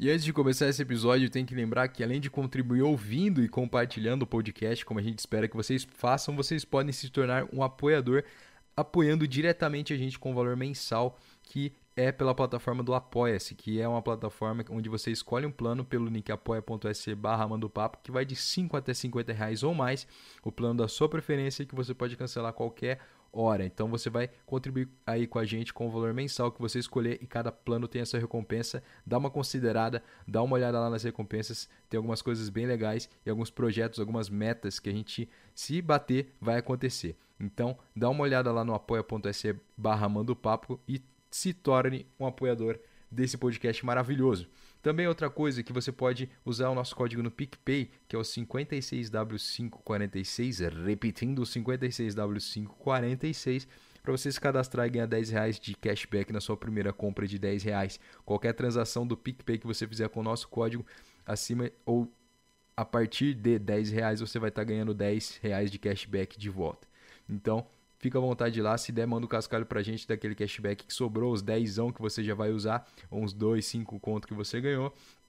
E antes de começar esse episódio, tem que lembrar que além de contribuir ouvindo e compartilhando o podcast, como a gente espera que vocês façam, vocês podem se tornar um apoiador, apoiando diretamente a gente com um valor mensal, que é pela plataforma do Apoia-se, que é uma plataforma onde você escolhe um plano pelo link apoia.se/mandopapo, que vai de 5 até 50 reais ou mais, o plano da sua preferência, que você pode cancelar a qualquer hora. Então você vai contribuir aí com a gente com o valor mensal que você escolher e cada plano tem a sua recompensa. Dá uma considerada, dá uma olhada lá nas recompensas, tem algumas coisas bem legais e alguns projetos, algumas metas que a gente, se bater, vai acontecer. Então dá uma olhada lá no apoia.se/mandopapo e se torne um apoiador desse podcast maravilhoso. Também outra coisa que você pode usar o nosso código no PicPay, que é o 56W546, repetindo, 56W546, para você se cadastrar e ganhar R$10 de cashback na sua primeira compra de R$10. Qualquer transação do PicPay que você fizer com o nosso código, acima ou a partir de R$10, você vai estar ganhando R$10 de cashback de volta. Então, fica à vontade lá, se der, manda um cascalho pra gente daquele cashback que sobrou, os 10 que você já vai usar, ou uns 2, 5 conto que você ganhou.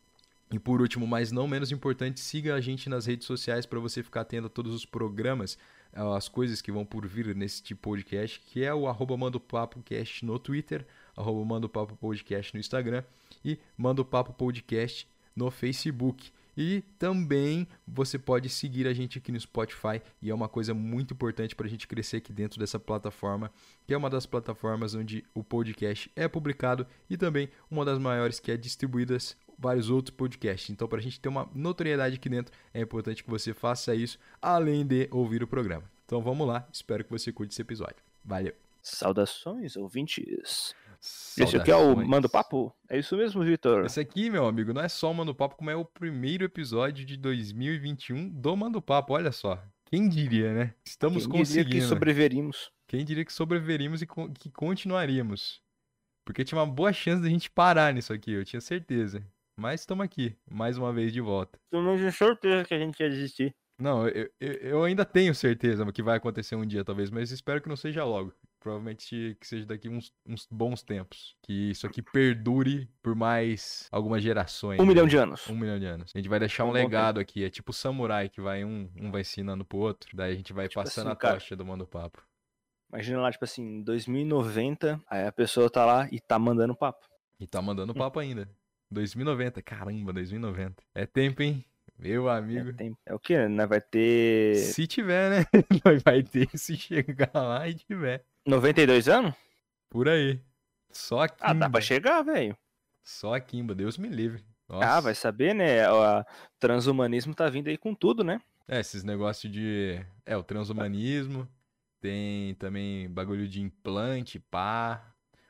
E por último, mas não menos importante, siga a gente nas redes sociais para você ficar atento a todos os programas, as coisas que vão por vir nesse tipo de podcast, que é o @mandopapocast no Twitter, @mandopapopodcast no Instagram e Manda o Papo Podcast no Facebook. E também você pode seguir a gente aqui no Spotify, e é uma coisa muito importante para a gente crescer aqui dentro dessa plataforma, que é uma das plataformas onde o podcast é publicado e também uma das maiores que é distribuídas vários outros podcasts. Então, para a gente ter uma notoriedade aqui dentro, é importante que você faça isso, além de ouvir o programa. Então vamos lá, espero que você curte esse episódio. Valeu! Saudações, ouvintes! Saudações. Esse aqui é o Manda o Papo? É isso mesmo, Vitor? Esse aqui, meu amigo, não é só o Manda o Papo, como é o primeiro episódio de 2021 do Manda o Papo, olha só. Quem diria, né? Estamos Quem conseguindo. diria que sobreviveríamos? Quem diria que sobreviveríamos e que continuaríamos? Porque tinha uma boa chance de a gente parar nisso aqui, eu tinha certeza. Mas estamos aqui, mais uma vez de volta. Eu não tinha certeza que a gente ia desistir. Não, eu ainda tenho certeza que vai acontecer um dia, talvez, mas espero que não seja logo. Provavelmente que seja daqui uns bons tempos. Que isso aqui perdure por mais algumas gerações. 1 milhão de anos. 1 milhão de anos. A gente vai deixar um legado aqui. É tipo samurai, que vai um vai ensinando pro outro. Daí a gente vai Tipo passando assim, a cara, tocha do Manda o Papo. Imagina lá, tipo assim, em 2090, aí a pessoa tá lá e tá mandando papo. E tá mandando papo ainda. 2090. Caramba, 2090. É tempo, hein? Meu amigo. É o quê? Né? Vai ter... Se tiver, né? Vai ter se chegar lá e tiver. 92 anos? Por aí. Só a Kimba. Ah, dá pra chegar, velho. Só a Kimba, Deus me livre. Ah, Nossa. vai saber, né? O transhumanismo tá vindo aí com tudo, né? Esses negócios de... o transhumanismo. Tem também bagulho de implante, pá.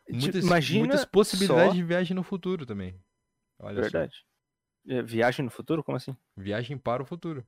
Muitas possibilidades de viagem no futuro também. Olha Verdade. Só. Viagem no futuro? Como assim? Viagem para o futuro.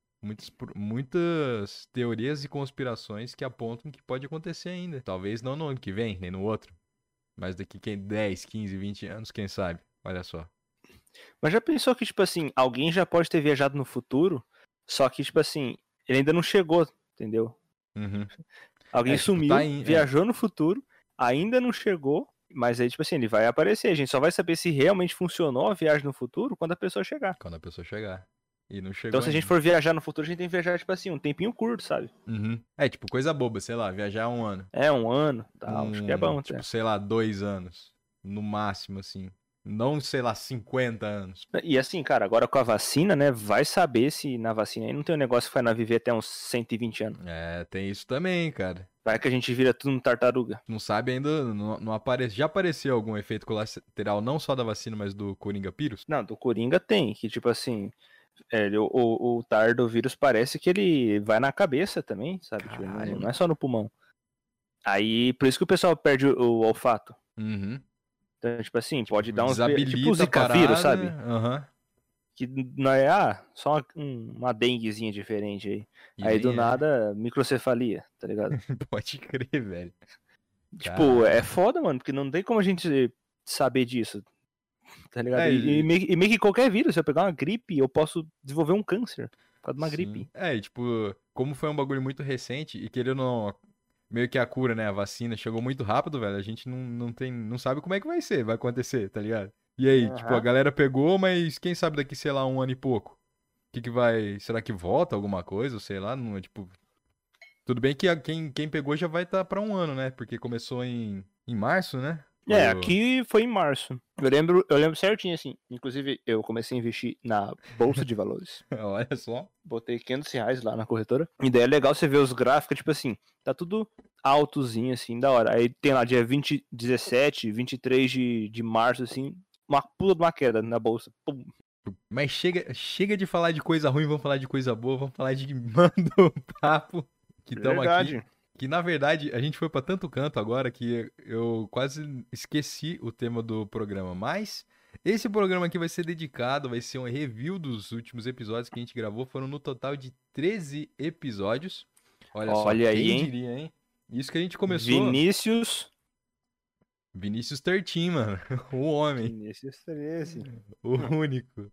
Muitas teorias e conspirações que apontam que pode acontecer ainda. Talvez não no ano que vem, nem no outro. Mas daqui 10, 15, 20 anos, quem sabe? Olha só. Mas já pensou que, tipo assim, alguém já pode ter viajado no futuro, só que, tipo assim, ele ainda não chegou, entendeu? Uhum. Alguém sumiu, tá viajou no futuro, ainda não chegou, mas aí, tipo assim, ele vai aparecer. A gente só vai saber se realmente funcionou a viagem no futuro quando a pessoa chegar. Quando a pessoa chegar. E não chegou Então, se a gente for viajar no futuro, a gente tem que viajar, tipo assim, um tempinho curto, sabe? Uhum. Tipo, coisa boba, sei lá, viajar 1 ano. Um ano, tal, acho que é bom. Tipo, sei lá, 2 anos. No máximo, assim. Não, sei lá, 50 anos. E assim, cara, agora com a vacina, né, vai saber se na vacina aí não tem um negócio que vai nós viver até uns 120 anos. Tem isso também, cara. Vai que a gente vira tudo no tartaruga. Não sabe ainda, não aparece. Já apareceu algum efeito colateral, não só da vacina, mas do Coringa Pírus? Não, do Coringa tem, que tipo assim... o tardo vírus parece que ele vai na cabeça também, sabe? Tipo, não é só no pulmão. Aí, por isso que o pessoal perde o olfato. Uhum. Então, tipo assim, pode dar uns... Tipo o Zika vírus, sabe? Uhum. Que não é... só uma denguezinha diferente aí. E aí, do nada, microcefalia, tá ligado? Pode crer, velho. Tipo, é foda, mano, porque não tem como a gente saber disso. Tá ligado? E meio que qualquer vírus, se eu pegar uma gripe, eu posso desenvolver um câncer por causa de uma gripe. E tipo, como foi um bagulho muito recente e querendo não, meio que a cura, né, a vacina chegou muito rápido, velho, a gente não sabe como é que vai ser, vai acontecer, tá ligado? E aí, tipo, a Aham. galera pegou, mas quem sabe daqui, sei lá, um ano e pouco? O que que vai. Será que volta alguma coisa? Ou sei lá, não é tipo. Tudo bem que quem pegou já vai estar pra um ano, né? Porque começou em março, né? Aqui foi em março. Eu lembro certinho, assim. Inclusive, eu comecei a investir na Bolsa de Valores. Olha só. Botei R$ 500 lá na corretora. E daí é legal você ver os gráficos, tipo assim, tá tudo altozinho, assim, da hora. Aí tem lá dia 20, 17, 23 de março, assim, uma pula de uma queda na bolsa. Pum. Mas chega de falar de coisa ruim, vamos falar de coisa boa, vamos falar de manda o papo que estamos aqui. Verdade. Que na verdade a gente foi pra tanto canto agora que eu quase esqueci o tema do programa. Mas esse programa aqui vai ser dedicado, vai ser um review dos últimos episódios que a gente gravou. Foram no total de 13 episódios. Olha só, Olha aí, quem hein? diria, hein? Isso que a gente começou. Vinícius. Vinícius 13, mano. O homem. Vinícius 13. O único.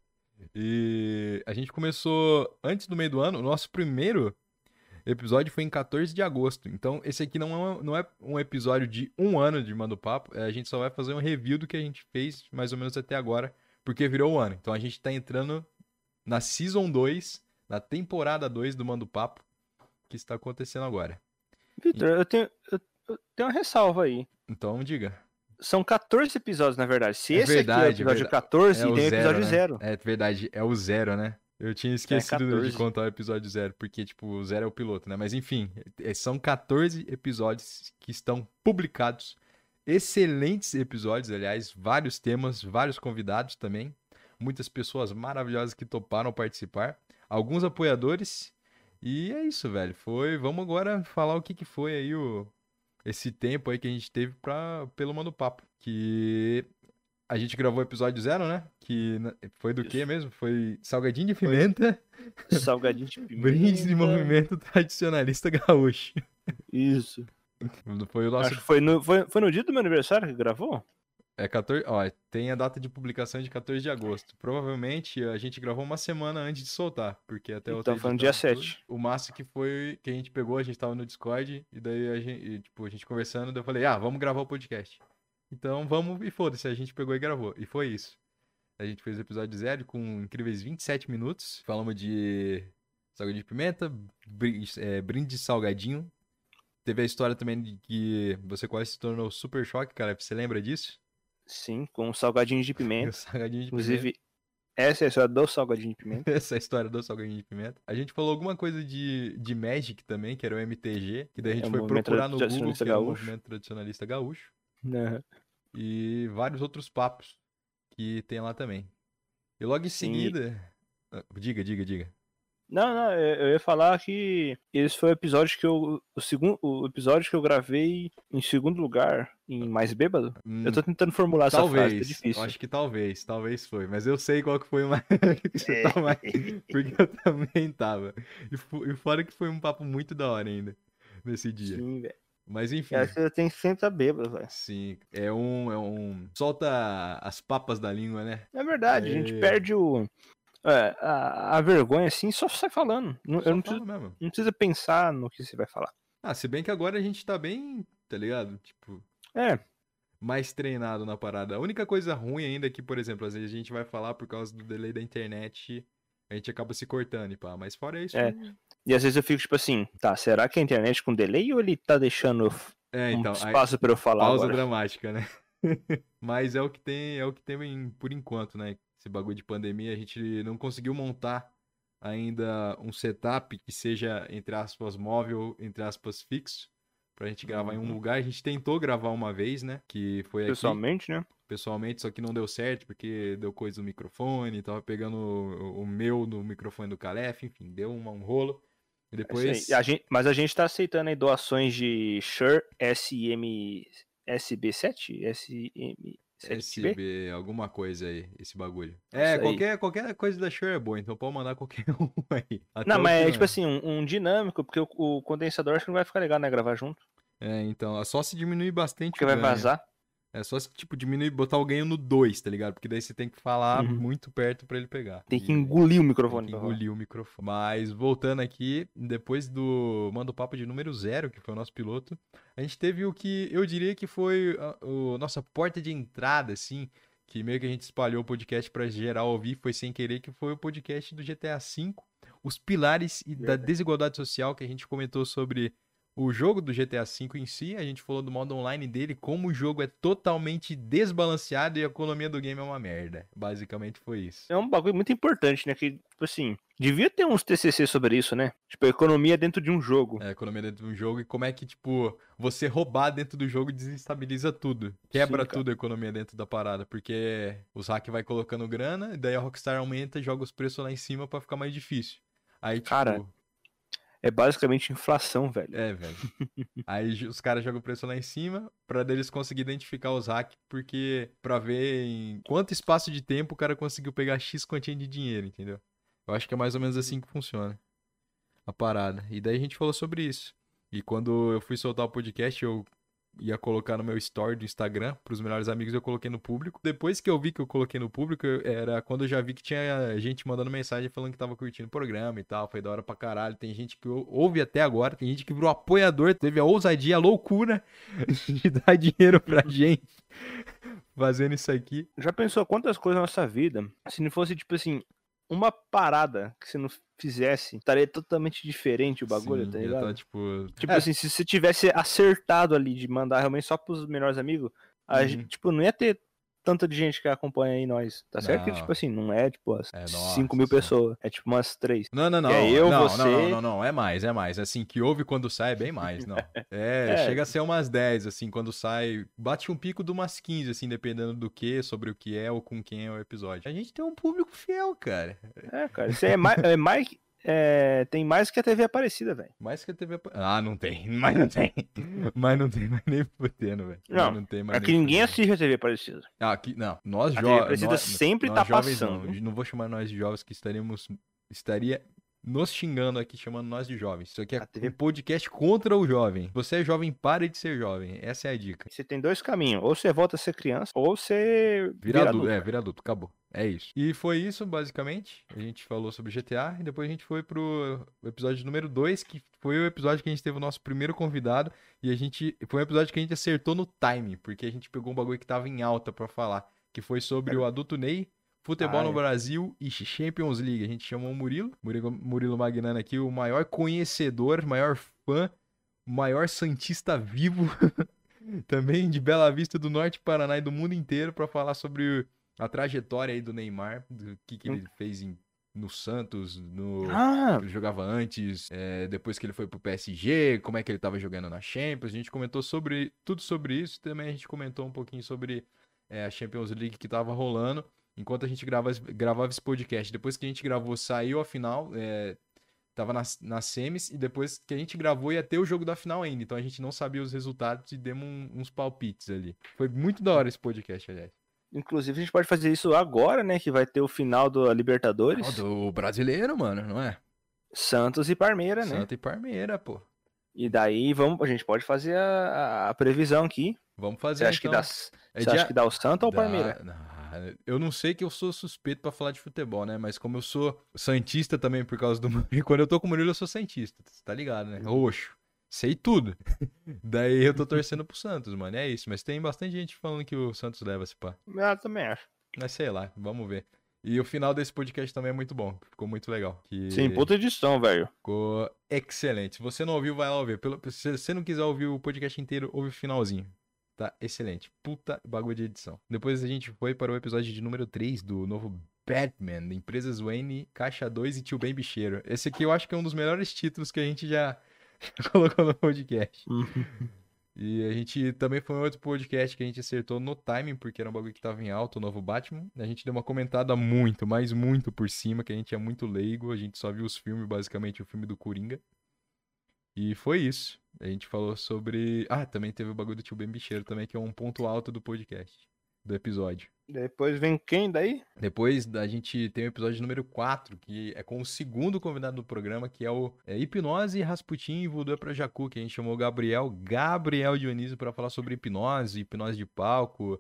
E a gente começou antes do meio do ano. O nosso primeiro episódio foi em 14 de agosto. Então, esse aqui não é um episódio de um ano de Manda o Papo. A gente só vai fazer um review do que a gente fez mais ou menos até agora, porque virou o ano. Então, a gente tá entrando na Season 2, na temporada 2 do Manda o Papo, que está acontecendo agora. Vitor, eu tenho uma ressalva aí. Então, diga. São 14 episódios, na verdade. Se É esse aqui é o verdade, é episódio verdade. É 14, o tem o zero, episódio né? 0. É verdade, é o zero, né? Eu tinha Então é esquecido de 14. contar o episódio zero, porque, tipo, o zero é o piloto, né? Mas, enfim, são 14 episódios que estão publicados. Excelentes episódios, aliás, vários temas, vários convidados também. Muitas pessoas maravilhosas que toparam participar. Alguns apoiadores. E é isso, velho. Vamos agora falar o que que foi aí esse tempo aí que a gente teve pelo Mano Papo. Que a gente gravou o episódio zero, né? Foi do que Isso. mesmo? Foi salgadinho de Foi pimenta, salgadinho de brinde de pimenta. movimento tradicionalista gaúcho. Isso. Foi o nosso. Acho que foi no dia do meu aniversário que gravou? É 14. Ó, tem a data de publicação de 14 de agosto. Provavelmente a gente gravou uma semana antes de soltar, porque até eu ter Então foi no dia editado tudo. 7. O massa que foi que a gente pegou, a gente tava no Discord, e daí a gente conversando, daí eu falei, vamos gravar o podcast. Então vamos, e foda-se, a gente pegou e gravou. E foi isso. A gente fez o episódio zero com incríveis 27 minutos. Falamos de salgadinho de pimenta, brinde de salgadinho. Teve a história também de que você quase se tornou super choque, cara. Você lembra disso? Sim, com salgadinho de O pimenta. salgadinho de pimenta. Inclusive, essa é a história do salgadinho de pimenta. Essa é a história do salgadinho de pimenta. A gente falou alguma coisa de Magic também, que era o MTG, que daí a É gente o foi movimento procurar no Google, tradicionalista que era o gaúcho. movimento tradicionalista gaúcho. Aham. E vários outros papos que tem lá também. E logo em Sim. seguida. Diga. Não, eu ia falar que esse foi o episódio que o episódio que eu gravei em segundo lugar, em mais bêbado. Eu tô tentando formular essa frase, tá Talvez, eu difícil. acho que talvez foi, mas eu sei qual que foi o mais que você tá mais, porque eu também tava. E fora que foi um papo muito da hora ainda nesse dia. Sim, velho. Mas enfim, Essa eu tenho que sempre estar bêbado, velho. sim, solta as papas da língua, né? É verdade, a gente É, perde a vergonha assim, só sai falando. Eu só não preciso, fala mesmo. não precisa pensar no que você vai falar. Se bem que agora a gente tá bem, tá ligado? Tipo, É, mais treinado na parada. A única coisa ruim ainda é que, por exemplo, às vezes a gente vai falar por causa do delay da internet, a gente acaba se cortando e pá. Mas fora isso. é. E às vezes eu fico tipo assim, tá, será que é a internet com delay ou ele tá deixando um Então, aí, espaço pra eu falar pausa agora? dramática, né? Mas é o que tem por enquanto, né? Esse bagulho de pandemia, a gente não conseguiu montar ainda um setup que seja, entre aspas, móvel, entre aspas, fixo, pra gente gravar em um Uhum. lugar. A gente tentou gravar uma vez, né? Que foi aqui, Pessoalmente, né? pessoalmente, só que não deu certo, porque deu coisa no microfone, tava pegando o meu no microfone do Calef, enfim, deu um rolo. E É isso aí. depois. Mas a gente tá aceitando aí doações de Shure SB7? SM7B? SB, alguma coisa aí, esse bagulho. Isso aí. Qualquer coisa da Shure é boa, então pode mandar qualquer um aí. Até Não, o que mas é não tipo é. assim, um dinâmico, porque o condensador acho que não vai ficar legal, né? Gravar junto. Então, é só se diminuir bastante Porque o vai ganho. vazar. É só se, tipo, diminuir, botar o ganho no 2, tá ligado? Porque daí você tem que falar Uhum. muito perto pra ele pegar. Tem que E engolir o tem microfone que pra falar. engolir o microfone. Mas voltando aqui, depois do Manda o Papo de número zero, que foi o nosso piloto, a gente teve o que eu diria que foi nossa porta de entrada, assim, que meio que a gente espalhou o podcast pra geral ouvir, foi sem querer, que foi o podcast do GTA V, os pilares da desigualdade social, que a gente comentou sobre o jogo do GTA V em si, a gente falou do modo online dele, como o jogo é totalmente desbalanceado e a economia do game é uma merda. Basicamente foi isso. É um bagulho muito importante, né? Que, tipo assim, devia ter uns TCC sobre isso, né? Tipo, economia dentro de um jogo. É, a economia dentro de um jogo e como é que, tipo, você roubar dentro do jogo desestabiliza tudo. Quebra Sim, cara. tudo a economia dentro da parada, porque os hackers vai colocando grana, e daí a Rockstar aumenta e joga os preços lá em cima pra ficar mais difícil. Aí, Cara, tipo, é basicamente inflação, velho. velho. Aí os caras jogam o preço lá em cima pra eles conseguirem identificar os hacks, porque pra ver em quanto espaço de tempo o cara conseguiu pegar X quantia de dinheiro, entendeu? Eu acho que é mais ou menos assim que funciona a parada. E daí a gente falou sobre isso. E quando eu fui soltar o podcast, eu ia colocar no meu story do Instagram, pros melhores amigos, eu coloquei no público. Depois que eu vi que eu coloquei no público, era quando eu já vi que tinha gente mandando mensagem falando que tava curtindo o programa e tal. Foi da hora pra caralho. Tem gente que ouve até agora, tem gente que virou apoiador, teve a ousadia, a loucura de dar dinheiro pra gente fazendo isso aqui. Já pensou quantas coisas na nossa vida, se não fosse, tipo assim, uma parada que você não fizesse, estaria totalmente diferente o bagulho, Sim, tá ia ligado? tá, tipo... Tipo assim, se você tivesse acertado ali de mandar realmente só pros melhores amigos, Uhum. tipo, não ia ter tanta de gente que acompanha aí nós. Tá certo que, Não, tipo assim, não é tipo as é, 5 nossa mil senhora. pessoas, é tipo umas 3. Não, não, Que é não. eu, Não, não, não, você. não, não. É mais, é mais. Assim, que ouve quando sai é bem mais, não. É, É, chega a ser umas 10, assim, quando sai. Bate um pico de umas 15, assim, dependendo do que, sobre o que é ou com quem é o episódio. A gente tem um público fiel, cara. cara, isso aí tem mais que a TV Aparecida, velho. Mais que a TV. Ah, não tem. Mas não tem. Mas não tem mais nem fudendo, velho. Mas Não, não tem mais é nem que ninguém fudendo. assiste a TV Aparecida. Ah, aqui, não. Nós A TV jovens. Aparecida sempre Nós tá jovens não. passando. Não vou chamar nós de jovens que estaria nos xingando aqui, chamando nós de jovens. Isso aqui é A TV um podcast contra o jovem. Você é jovem, pare de ser jovem. Essa é a dica. Você tem dois caminhos. Ou você volta a ser criança, ou você Vira adulto. adulto. Vira adulto. Acabou. É isso. E foi isso, basicamente. A gente falou sobre GTA e depois a gente foi pro episódio número 2, que foi o episódio que a gente teve o nosso primeiro convidado. E a gente. Foi um episódio que a gente acertou no timing, porque a gente pegou um bagulho que tava em alta pra falar. Que foi sobre o adulto Ney, futebol no Brasil e Champions League. A gente chamou o Murilo Magnani aqui, o maior conhecedor, maior fã, maior santista vivo, também de Bela Vista, do Norte Paraná e do mundo inteiro, pra falar sobre a trajetória aí do Neymar, do que ele fez no Santos, ele jogava antes, depois que ele foi pro PSG, como é que ele tava jogando na Champions. A gente comentou tudo sobre isso. Também a gente comentou um pouquinho sobre a Champions League que tava rolando enquanto a gente gravava esse podcast. Depois que a gente gravou, saiu a final, tava nas semis, e depois que a gente gravou ia ter o jogo da final ainda. Então a gente não sabia os resultados e demos uns palpites ali. Foi muito da hora esse podcast, aliás. Inclusive, a gente pode fazer isso agora, né? Que vai ter o final da Libertadores. Do brasileiro, mano, não é? Santos e Parmeira, né? Santa e Parmeira, pô. E daí a gente pode fazer a previsão aqui. Vamos fazer, Você acha que então. acha que dá o Santos ou o Parmeira? Eu não sei que eu sou suspeito pra falar de futebol, né? Mas como eu sou santista também por causa do Murilo, quando eu tô com o Murilo eu sou santista, você tá ligado, né? Roxo. Sei tudo. Daí eu tô torcendo pro Santos, mano. É isso. Mas tem bastante gente falando que o Santos leva esse pá. Eu também acho. Mas sei lá, vamos ver. E o final desse podcast também é muito bom. Ficou muito legal. Sim, puta edição, velho. Ficou excelente. Se você não ouviu, vai lá ouvir. Se você não quiser ouvir o podcast inteiro, ouve o finalzinho. Tá excelente. Puta bagulho de edição. Depois a gente foi para o episódio de número 3 do novo Batman, da Empresas Wayne, Caixa 2 e Tio Ben Bicheiro. Esse aqui eu acho que é um dos melhores títulos que a gente já colocou no podcast. E a gente também foi um outro podcast que a gente acertou no timing, porque era um bagulho que tava em alta, o novo Batman. A gente deu uma comentada muito, mas muito por cima, que a gente é muito leigo. A gente só viu os filmes, basicamente o filme do Coringa. E foi isso. A gente falou sobre... também teve o bagulho do Tio Ben Bicheiro também, que é um ponto alto do podcast, do episódio. Depois vem quem daí? Depois a gente tem o episódio número 4, que é com o segundo convidado do programa, que é o Hipnose, Rasputin e Voodoo pra Jacu, que a gente chamou Gabriel Dionísio para falar sobre hipnose de palco,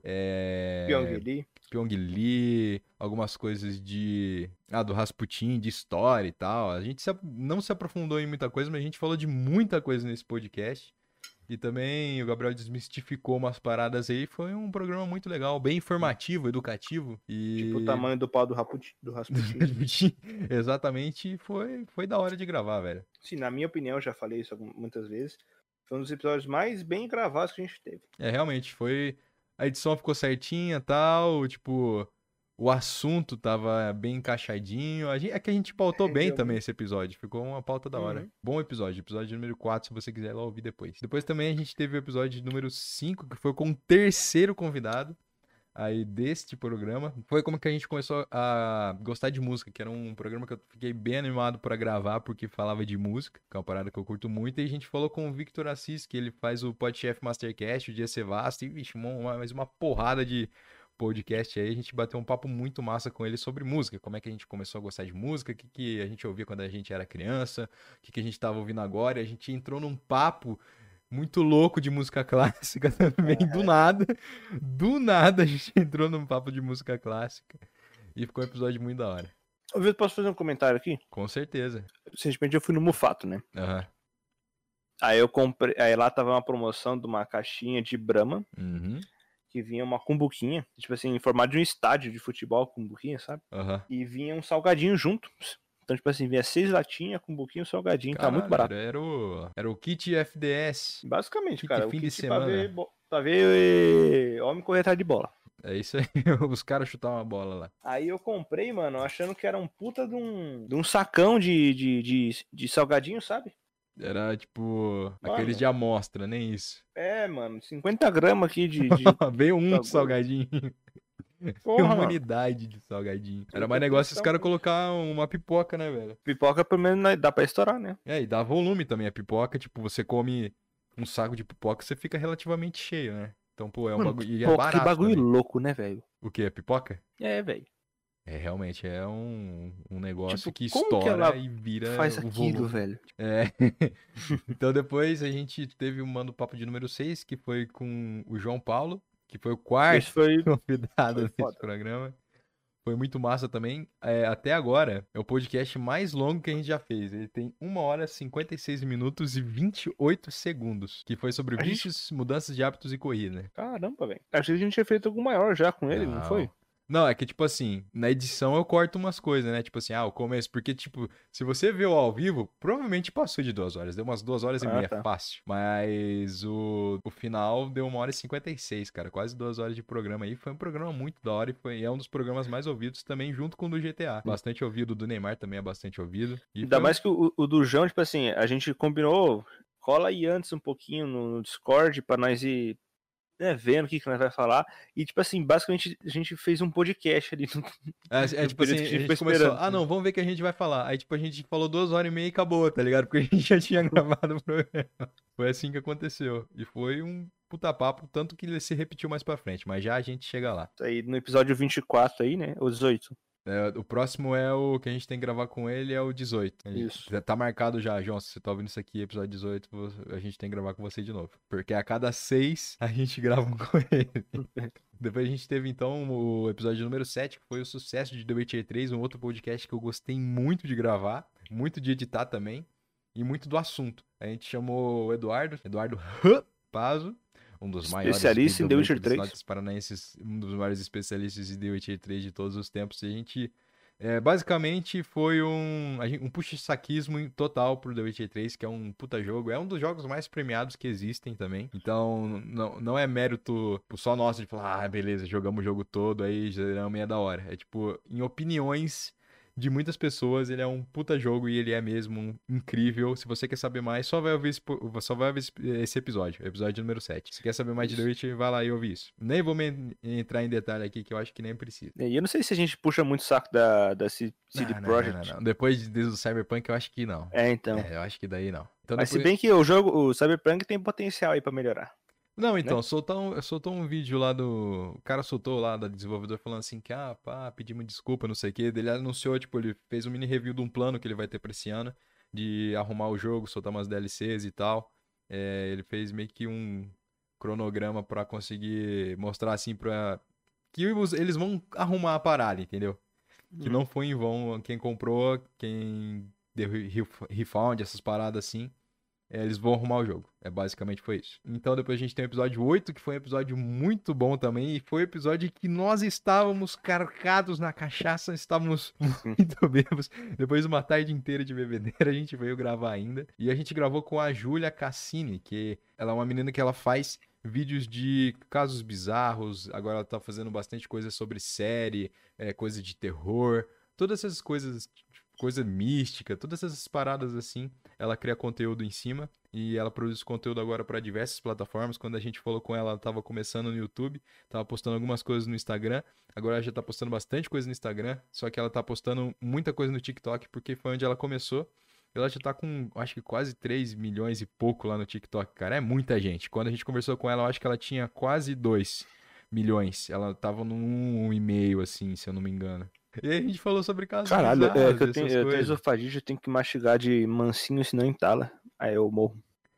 Pyong Lee, algumas coisas do Rasputin, de história e tal. A gente não se aprofundou em muita coisa, mas a gente falou de muita coisa nesse podcast. E também o Gabriel desmistificou umas paradas aí. Foi um programa muito legal, bem informativo, educativo. Tipo o E. tamanho do pau do Rasputin. Exatamente, foi da hora de gravar, velho. Sim, na minha opinião, já falei isso muitas vezes. Foi um dos episódios mais bem gravados que a gente teve. É, realmente, foi. A edição ficou certinha e tal, tipo. O assunto tava bem encaixadinho. É que a gente pautou bem Rendeu também muito. esse episódio. Ficou uma pauta da hora. Bom episódio número 4, se você quiser ir lá ouvir depois. Depois também a gente teve o episódio número 5, que foi com o terceiro convidado aí deste programa. Foi como que a gente começou a gostar de música, que era um programa que eu fiquei bem animado pra gravar, porque falava de música, que é uma parada que eu curto muito. E a gente falou com o Victor Assis, que ele faz o Podchef Mastercast, o Dia Ser Vasto, e vixe, mais uma porrada de podcast aí. A gente bateu um papo muito massa com ele sobre música, como é que a gente começou a gostar de música, o que a gente ouvia quando a gente era criança, o que a gente tava ouvindo agora. E a gente entrou num papo muito louco de música clássica também, do nada. Do nada a gente entrou num papo de música clássica. E ficou um episódio muito da hora. Ô, Vitor, posso fazer um comentário aqui? Com certeza. Recentemente eu fui no Mufato, né? Aham. Aí eu comprei. Aí lá tava uma promoção de uma caixinha de Brahma, Uhum. que vinha uma cumbuquinha, tipo assim, em formato de um estádio de futebol, cumbuquinha, sabe? Aham. E vinha um salgadinho junto. Então, tipo assim, vinha 6 latinhas com um pouquinho salgadinho, tá muito Caralho, barato. era o kit FDS. Basicamente, Kit cara, o fim de kit pra semana. ver homem correr atrás de bola. É isso aí, os caras chutaram uma bola lá. Aí eu comprei, mano, achando que era um puta de um sacão de salgadinho, sabe? Era tipo Mano, aqueles de amostra, nem isso. é, mano, 50 gramas aqui de Veio um bagulho. salgadinho. Porra, Uma mano. unidade de salgadinho. Era Muita mais negócio os pressão, caras né? colocar uma pipoca, né, velho? Pipoca pelo menos dá pra estourar, né? É, e dá volume também a pipoca. Tipo, você come um saco de pipoca, você fica relativamente cheio, né? Então, pô, é um Mano, bagulho. E é pipoca, que barato bagulho também. louco, né, velho? O quê? Pipoca? É, velho. É, realmente, é um negócio Tipo, que como que estoura ela e vira faz o aquilo, volume. velho? É. Então depois a gente teve o Mando Papo de número 6, que foi com o João Paulo, que foi o quarto Esse foi convidado desse foda. programa. Foi muito massa também. Até agora, é o podcast mais longo que a gente já fez. Ele tem 1 hora, 56 minutos e 28 segundos. Que foi sobre A gente... vícios, mudanças de hábitos e corrida, né? Caramba, velho. Achei que a gente tinha feito algo maior já com ele, não foi? Não, é que, tipo assim, na edição eu corto umas coisas, né? Tipo assim, o começo. Porque, tipo, se você vê o ao vivo, provavelmente passou de 2 horas. Deu umas 2 horas e Ah, meia, tá. fácil. Mas o final deu 1 hora e 56, cara. Quase 2 horas de programa aí. Foi um programa muito da hora e é um dos programas mais ouvidos também, junto com o do GTA. Bastante ouvido, do Neymar também é bastante ouvido. E Ainda foi mais que o do João, tipo assim, a gente combinou, cola aí antes um pouquinho no Discord pra nós ir vendo o que nós vai falar. E, tipo assim, basicamente a gente fez um podcast ali no tipo assim, período que a a gente ficou gente começou, esperando. não, vamos ver o que a gente vai falar. Aí, tipo, a gente falou 2 horas e meia e acabou, tá ligado? Porque a gente já tinha gravado o programa. Foi assim que aconteceu. E foi um puta papo, tanto que ele se repetiu mais pra frente, mas já a gente chega lá. Aí no episódio 24 aí, né? Ou 18. O próximo é o que a gente tem que gravar com ele, é o 18. Isso. Tá marcado já, João. Se você tá ouvindo isso aqui, episódio 18, a gente tem que gravar com você de novo. Porque a cada 6 a gente grava um com ele. Depois a gente teve então o episódio número 7, que foi o sucesso de The Witcher 3, um outro podcast que eu gostei muito de gravar, muito de editar também, e muito do assunto. A gente chamou o Eduardo Pazo, um dos maiores Especialista em The Witcher videomakers 3. lá paranaenses, um dos maiores especialistas em The Witcher 3 de todos os tempos. E a gente, basicamente, foi um puxa-saquismo total pro The Witcher 3, que é um puta jogo. É um dos jogos mais premiados que existem também. Então, não é mérito só nosso de falar, beleza, jogamos o jogo todo, aí zeramos e é da hora. É tipo, em opiniões de muitas pessoas, ele é um puta jogo e ele é mesmo incrível. Se você quer saber mais, só vai ouvir esse episódio, episódio número 7. Se quer saber mais de The Witcher, vai lá e ouve isso. Nem vou entrar em detalhe aqui, que eu acho que nem precisa. E eu não sei se a gente puxa muito saco da CD Projekt. Não. Depois do Cyberpunk, eu acho que não. Então. Eu acho que daí não. Então, Mas depois... se bem que o Cyberpunk tem potencial aí pra melhorar. Não, então, né? soltou um vídeo lá do... O cara soltou lá da desenvolvedora falando assim que, pedimos desculpa, não sei o quê. Ele anunciou, tipo, ele fez um mini review de um plano que ele vai ter pra esse ano, de arrumar o jogo, soltar umas DLCs e tal. Ele fez meio que um cronograma pra conseguir mostrar, assim, que eles vão arrumar a parada, entendeu? Que não foi em vão quem comprou, quem deu refund, essas paradas assim. eles vão arrumar o jogo. Basicamente foi isso. Então depois a gente tem o episódio 8, que foi um episódio muito bom também. E foi um episódio que nós estávamos carcados na cachaça, estávamos muito bêbados. Depois de uma tarde inteira de bebedeira, a gente veio gravar ainda. E a gente gravou com a Júlia Cassini, que ela é uma menina que ela faz vídeos de casos bizarros. Agora ela tá fazendo bastante coisa sobre série, coisa de terror. Todas essas coisas, coisa mística, todas essas paradas assim, ela cria conteúdo em cima e ela produz conteúdo agora para diversas plataformas. Quando a gente falou com ela, ela tava começando no YouTube, tava postando algumas coisas no Instagram, agora ela já tá postando bastante coisa no Instagram, só que ela tá postando muita coisa no TikTok porque foi onde ela começou. Ela já tá com, acho que quase 3 milhões e pouco lá no TikTok, cara, é muita gente. Quando a gente conversou com ela, eu acho que ela tinha quase 2 milhões, ela tava num 1,5 assim, se eu não me engano. E aí a gente falou sobre casos Caralho, bizarros, que eu essas tenho coisas. esofagite, eu tenho que mastigar de mansinho, senão entala. Aí eu morro.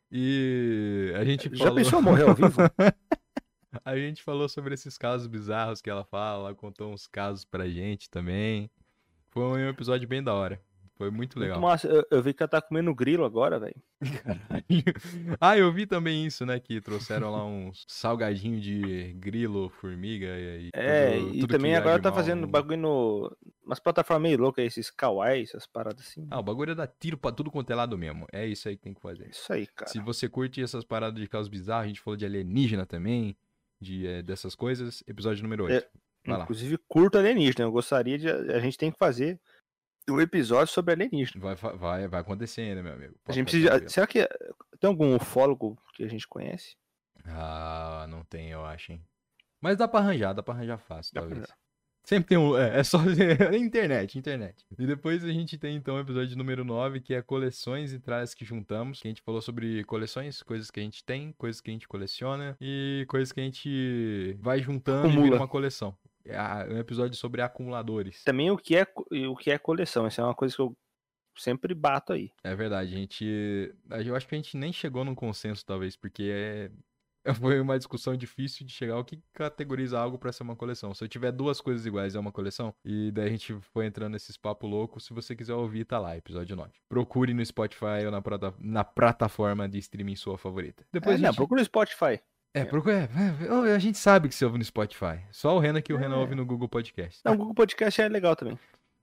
E a gente Já falou... pensou morrer ao vivo? A gente falou sobre esses casos bizarros que ela fala, ela contou uns casos pra gente também. Foi um episódio bem da hora. Foi muito legal. Muito massa. Eu vi que ela tá comendo grilo agora, velho. Ah, eu vi também isso, né? Que trouxeram lá uns salgadinho de grilo, formiga e tudo também que agora tá animal fazendo no- bagulho no. Umas plataformas meio loucas, esses kawaii, essas paradas assim. Ah, o bagulho é dar tiro pra tudo quanto é lado mesmo. É isso aí que tem que fazer. Isso aí, cara. Se você curte essas paradas de casos bizarros, a gente falou de alienígena também, dessas coisas, episódio número 8. Vai lá. Inclusive, curto alienígena. Eu gostaria de. A gente tem que fazer um episódio sobre alienígena. Vai acontecer, meu amigo. A Pode gente ficar precisa. tranquilo. Será que tem algum ufólogo que a gente conhece? Ah, não tem, eu acho, hein. Mas dá pra arranjar fácil, Dá pra talvez. Sempre tem um. É só. internet. E depois a gente tem então o episódio número 9, que é coleções e tralhas que juntamos. Que a gente falou sobre coleções, coisas que a gente tem, coisas que a gente coleciona e coisas que a gente vai juntando e vira Acumula. uma coleção. É um episódio sobre acumuladores. Também o que é coleção. Essa é uma coisa que eu sempre bato aí. É verdade, eu acho que a gente nem chegou num consenso, talvez, porque foi uma discussão difícil de chegar ao que categoriza algo pra ser uma coleção. Se eu tiver duas coisas iguais, é uma coleção? E daí a gente foi entrando nesses papo louco. Se você quiser ouvir, tá lá, episódio 9. Procure no Spotify ou na plataforma de streaming sua favorita. Depois a gente... procura o Spotify. A gente sabe que você ouve no Spotify. Só o Renan que o Renan ouve no Google Podcast. Não, o Google Podcast é legal também.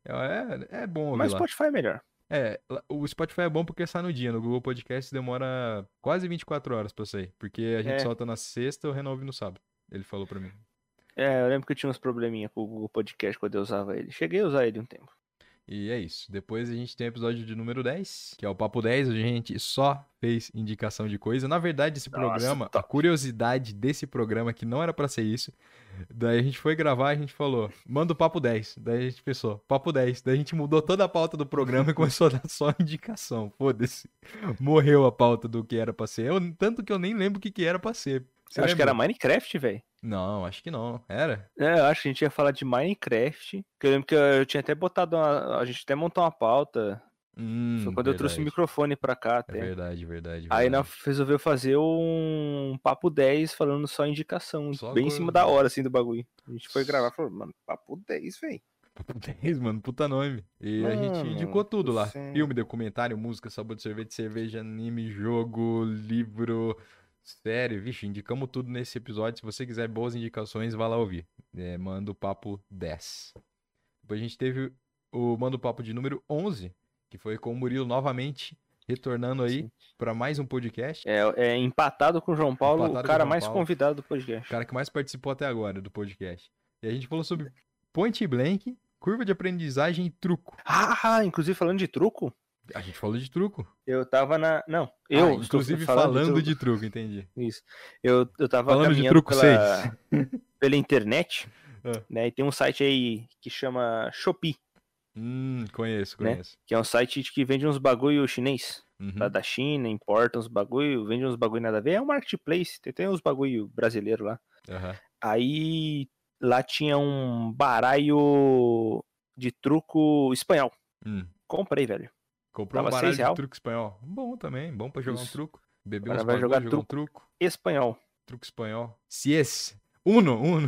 É bom ouvir Mas o lá. Spotify é melhor. O Spotify é bom porque sai no dia. No Google Podcast demora quase 24 horas pra sair. Porque a gente solta na sexta e o Renan ouve no sábado. Ele falou pra mim. Eu lembro que eu tinha uns probleminha com o Google Podcast quando eu usava ele. Cheguei a usar ele um tempo. E é isso. Depois a gente tem o episódio de número 10, que é o Papo 10. A gente só fez indicação de coisa. Na verdade, esse programa, a curiosidade desse programa, que não era pra ser isso. Daí a gente foi gravar e a gente falou, manda o Papo 10. Daí a gente pensou, Papo 10. Daí a gente mudou toda a pauta do programa e começou a dar só indicação. Foda-se. Morreu a pauta do que era pra ser. Tanto que eu nem lembro o que era pra ser. Eu acho que era Minecraft, velho. Não, acho que não. Era? Eu acho que a gente ia falar de Minecraft. Que eu lembro que eu tinha até botado a gente até montou uma pauta. Foi quando eu trouxe o microfone pra cá até. É verdade. Aí nós resolveu fazer um Papo 10 falando só indicação. Só bem em cima da hora, assim, do bagulho. A gente foi gravar e falou, mano, Papo 10, velho. Papo 10, mano, puta nome. E a gente indicou tudo lá. Filme, documentário, música, sabor de sorvete, cerveja, anime, jogo, livro... Sério, vixe, indicamos tudo nesse episódio. Se você quiser boas indicações, vá lá ouvir. Manda o Papo 10. Depois a gente teve o Manda o Papo de número 11, que foi com o Murilo novamente, retornando aí para mais um podcast. Empatado com o João Paulo, Empatado o cara mais convidado do podcast. O cara que mais participou até agora do podcast. E a gente falou sobre point blank, curva de aprendizagem e truco. Inclusive falando de truco... A gente falou de truco. Eu tava na... Não, inclusive falando de truco, entendi. Isso. Eu tava falando caminhando de truco pela internet, né? E tem um site aí que chama Shopee. Conheço. Né? Que é um site que vende uns bagulho chinês. Da China, importa uns bagulho, vende uns bagulho nada a ver. É um marketplace, tem uns bagulho brasileiro lá. Aí lá tinha um baralho de truco espanhol. Comprei, velho. Comprou um baralho de truco espanhol. Bom também, bom pra jogar um truco. Beber uns bagulho, jogar um truco. Espanhol. Truco espanhol. Ciês. Uno.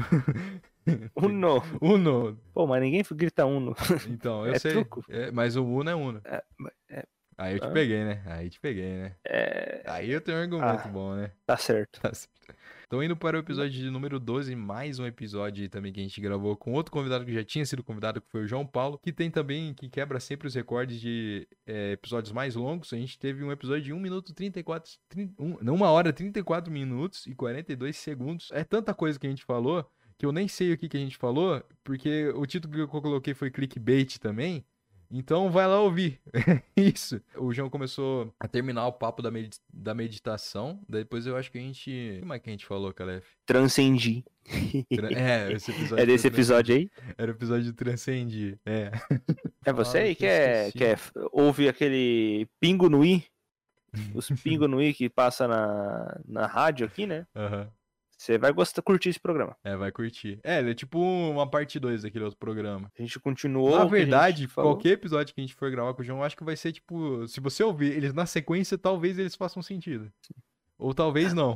Pô, mas ninguém grita Uno. Então, eu sei. Truco. Mas o Uno é Uno. Aí eu te peguei, né? Aí te peguei, né? Aí eu tenho um argumento bom, né? Tá certo. Tá certo. Então, indo para o episódio de número 12, mais um episódio também que a gente gravou com outro convidado que já tinha sido convidado, que foi o João Paulo, que tem também, que quebra sempre os recordes de episódios mais longos. A gente teve um episódio de 1 minuto 34, 1 hora 34 minutos e 42 segundos. É tanta coisa que a gente falou, que eu nem sei o que a gente falou, porque o título que eu coloquei foi clickbait também. Então vai lá ouvir. Isso. O João começou a terminar o papo da meditação. Depois eu acho que a gente. O que mais que a gente falou, Calef? Transcendi. Esse episódio. É desse episódio aí? Era o episódio de Transcendi. É você aí que ouve aquele Pingo no I? Os Pingo no I que passa na rádio aqui, né? Aham. Você vai curtir esse programa. Vai curtir. Ele é tipo uma parte 2 daquele outro programa. A gente continuou. Na verdade, qualquer episódio que a gente for gravar com o João, eu acho que vai ser tipo. Se você ouvir eles na sequência, talvez eles façam sentido. Ou talvez não.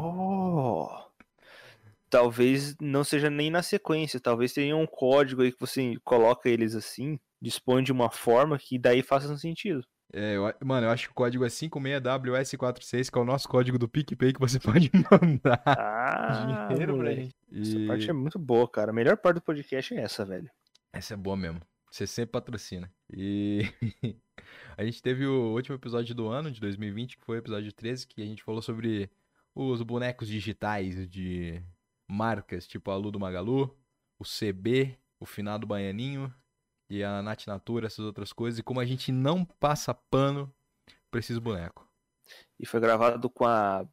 Talvez não seja nem na sequência. Talvez tenha um código aí que você coloca eles assim, dispõe de uma forma que daí faça sentido. Mano, eu acho que o código é 56WS46, que é o nosso código do PicPay, que você pode mandar dinheiro pra gente. Essa parte é muito boa, cara. A melhor parte do podcast é essa, velho. Essa é boa mesmo. Você sempre patrocina. E a gente teve o último episódio do ano, de 2020, que foi o episódio 13, que a gente falou sobre os bonecos digitais de marcas, tipo a Lu do Magalu, o CB, o finado Baianinho e a Nath Natura, essas outras coisas, e como a gente não passa pano pra esses bonecos. E foi gravado com a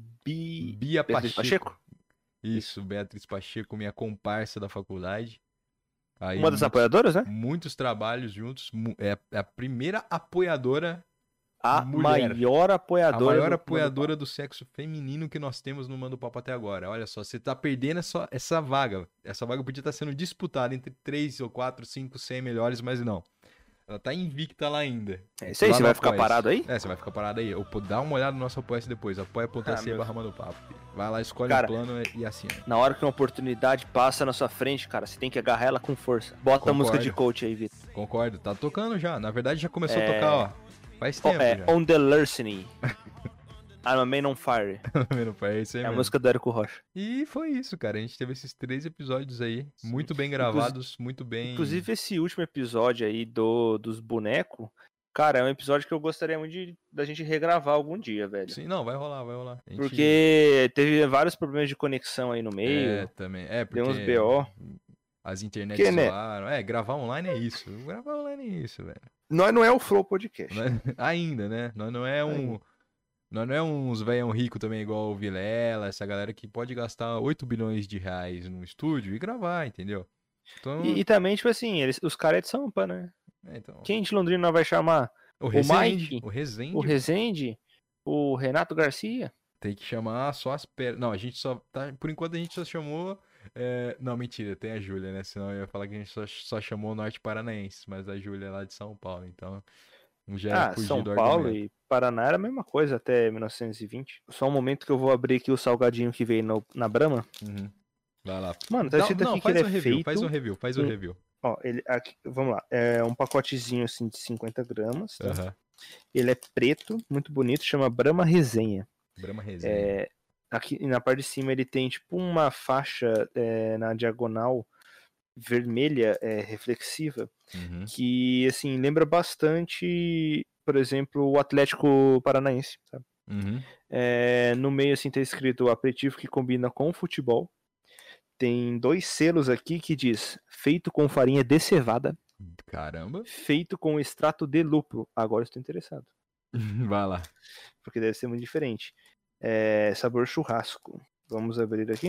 Bia Pacheco. Isso, Beatriz Pacheco, minha comparsa da faculdade. Aí, uma das apoiadoras, né? Muitos trabalhos juntos. É a primeira apoiadora mulher. Maior apoiadora. A maior apoiadora do sexo feminino que nós temos no Manda Papo até agora. Olha só, você tá perdendo essa vaga. Essa vaga podia estar sendo disputada entre 3 ou 4, 5, 100 melhores, mas não. Ela tá invicta lá ainda. Isso aí, você vai ficar parado aí? Você vai ficar parado aí. Dá uma olhada no nosso apoia-se depois. apoia.se/mandopapo. Vai lá, escolhe o plano e assina. Na hora que uma oportunidade passa na sua frente, cara, você tem que agarrar ela com força. Bota a música de coach aí, Vitor. Concordo, tá tocando já. Na verdade, já começou a tocar, ó. Faz tempo já. On the Larceny. I'm a Man on Fire. É isso aí mesmo. A música do Érico Rocha. E foi isso, cara. A gente teve esses 3 episódios aí. Muito bem gravados, muito bem... Inclusive, esse último episódio aí dos bonecos, cara, é um episódio que eu gostaria muito da gente regravar algum dia, velho. Sim, não, vai rolar. Porque teve vários problemas de conexão aí no meio. Também. Deu Porque... uns BO. As internets zoaram. Gravar online é isso. Gravar online é isso, velho. Nós não é o Flow Podcast. Ainda, né? Nós não é um... Nós não é uns velhão rico também, igual o Vilela, essa galera que pode gastar 8 bilhões de reais no estúdio e gravar, entendeu? Então... E também, tipo assim, os caras é de Sampa, né? Então... Quem de Londrina vai chamar? O Mike? O Rezende? O Renato Garcia? Tem que chamar só as pernas. Não, a gente só tá... Por enquanto a gente só chamou... Não, mentira, tem a Júlia, né? Senão eu ia falar que a gente só chamou o Norte Paranaense, mas a Júlia é lá de São Paulo, então... Já São Paulo e Paraná era a mesma coisa até 1920. Só um momento que eu vou abrir aqui o salgadinho que veio na Brahma. Uhum. Vai lá. Mano, tá escrito aqui que ele é feito... Faz um review. Ó, aqui, vamos lá. É um pacotezinho assim de 50 gramas. Tá? Uhum. Ele é preto, muito bonito, chama Brahma Resenha. Brahma Resenha. Aqui na parte de cima ele tem tipo uma faixa na diagonal vermelha reflexiva, que assim lembra bastante, por exemplo, o Atlético Paranaense, sabe? No meio assim tá escrito aperitivo que combina com futebol. Tem 2 selos aqui que diz feito com farinha de cevada. Caramba. Feito com extrato de lúpulo. Agora estou interessado. Vai lá. Porque deve ser muito diferente. Sabor churrasco. Vamos abrir aqui.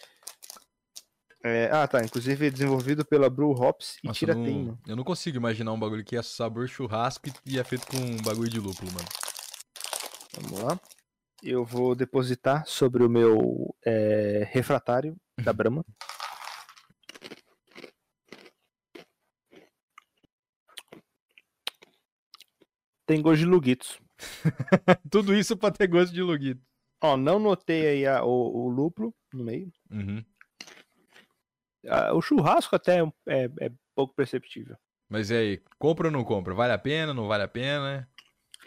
Tá. Inclusive é desenvolvido pela Brew Hops e Tirateima. Eu não consigo imaginar um bagulho que é sabor churrasco e é feito com um bagulho de lúpulo, mano. Vamos lá. Eu vou depositar sobre o meu refratário da Brahma. Tem gosto de luguitos. Tudo isso pra ter gosto de luguito. Ó, não notei aí o lúpulo no meio. O churrasco até é pouco perceptível. Mas e aí, compra ou não compra? Vale a pena, não vale a pena?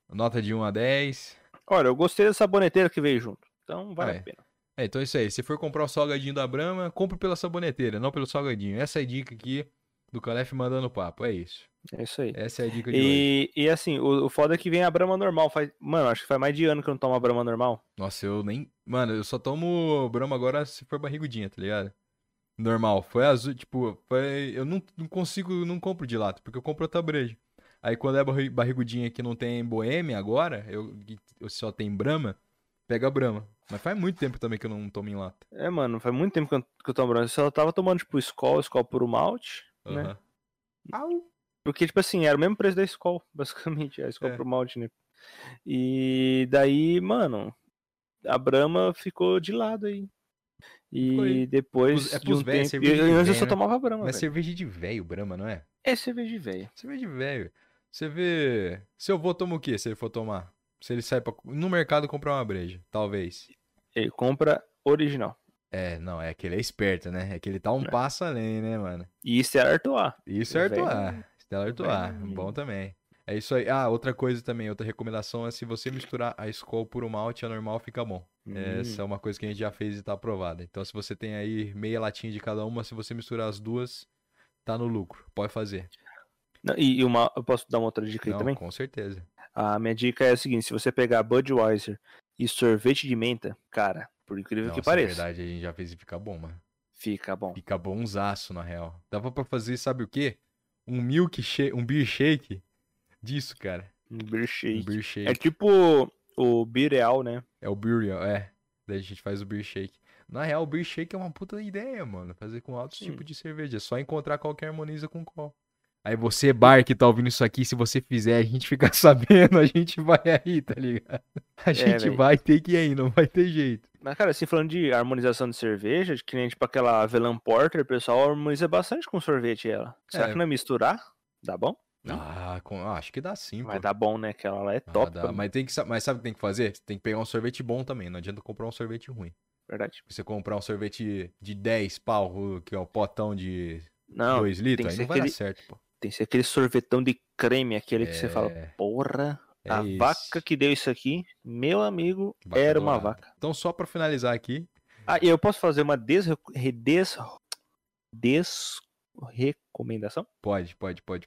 Nota de 1 a 10. Olha, eu gostei da saboneteira que veio junto. Então vale a pena. Então é isso aí. Se for comprar o salgadinho da Brahma, compre pela saboneteira, não pelo salgadinho. Essa é a dica aqui do Calef mandando papo. É isso. É isso aí. Essa é a dica de hoje. E assim, o foda é que vem a Brahma normal. Mano, acho que faz mais de ano que eu não tomo a Brahma normal. Nossa, eu nem. Mano, eu só tomo Brahma agora se for barrigudinha, tá ligado? Normal. Foi azul, tipo, foi. Eu não consigo, não compro de lata, porque eu compro outra breja. Aí quando é barrigudinha que não tem Boêmia agora, eu só tem Brahma, pega Brahma. Mas faz muito tempo também que eu não tomo em lata. É, mano, faz muito tempo que eu tomo Brahma. Eu só tava tomando, tipo, Skol puro malte, né? Au. Porque, tipo assim, era o mesmo preço da Skol, basicamente. A Skol É. puro malte, né? E daí, mano, a Brahma ficou de lado aí. E depois É de pros um velhos, tempo... cerveja de Antes eu velho, só né? tomava Brahma, Mas velho. cerveja de velho, Brahma, não é? É cerveja de velho. Cerveja de velho. Você vê. Seu avô toma o quê se ele for tomar? Se ele sai no mercado comprar uma breja, talvez. Ele compra original. É, não, é que ele é esperto, né? É que ele tá um Né? passo além, né, mano? E isso é Artois. Isso é Artois. Stella o Artois. velho- Bom também. É isso aí. Ah, outra coisa também, outra recomendação é se você misturar a Skol puro malte e a normal, fica bom. Essa é uma coisa que a gente já fez e tá aprovada. Então, se você tem aí meia latinha de cada uma, se você misturar as duas, tá no lucro. Pode fazer. Eu posso dar uma outra dica aí Não, também? com certeza. A minha dica é a seguinte: se você pegar Budweiser e sorvete de menta, cara, por incrível que Nossa, é pareça, verdade, a gente já fez e fica bom, mano. fica bom. Fica bonzaço, na real. Dava pra fazer, sabe o quê? Um milkshake, um beer shake disso, cara. Um beer shake. Um beer É shake. tipo o Bireal, né? É o Burial, é. Daí a gente faz o beer shake. Na real, o beer shake é uma puta ideia, mano. Fazer com altos tipos de cerveja. É só encontrar qual que harmoniza com qual. Aí você, bar, que tá ouvindo isso aqui, se você fizer, a gente ficar sabendo, a gente vai aí, tá ligado? A gente véi. vai ter que ir aí, não vai ter jeito. Mas, cara, assim, falando de harmonização de cerveja, que nem tipo aquela Avellan Porter, o pessoal harmoniza bastante com sorvete ela. Será que não é misturar? Dá bom? Acho que dá sim, Vai pô. dar bom, né? Que ela lá é top. Dá. Mas, mas sabe o que tem que fazer? Você tem que pegar um sorvete bom também. Não adianta comprar um sorvete ruim. Verdade. Você comprar um sorvete de 10 pau, que é o potão de Não, 2 litros, aí não vai dar certo, pô. Tem que ser aquele sorvetão de creme, aquele que você fala, porra, a vaca que deu isso aqui, meu amigo, Vaca era dourada. uma vaca. Então, só pra finalizar aqui. Ah, e eu posso fazer uma desrecomendação? Pode.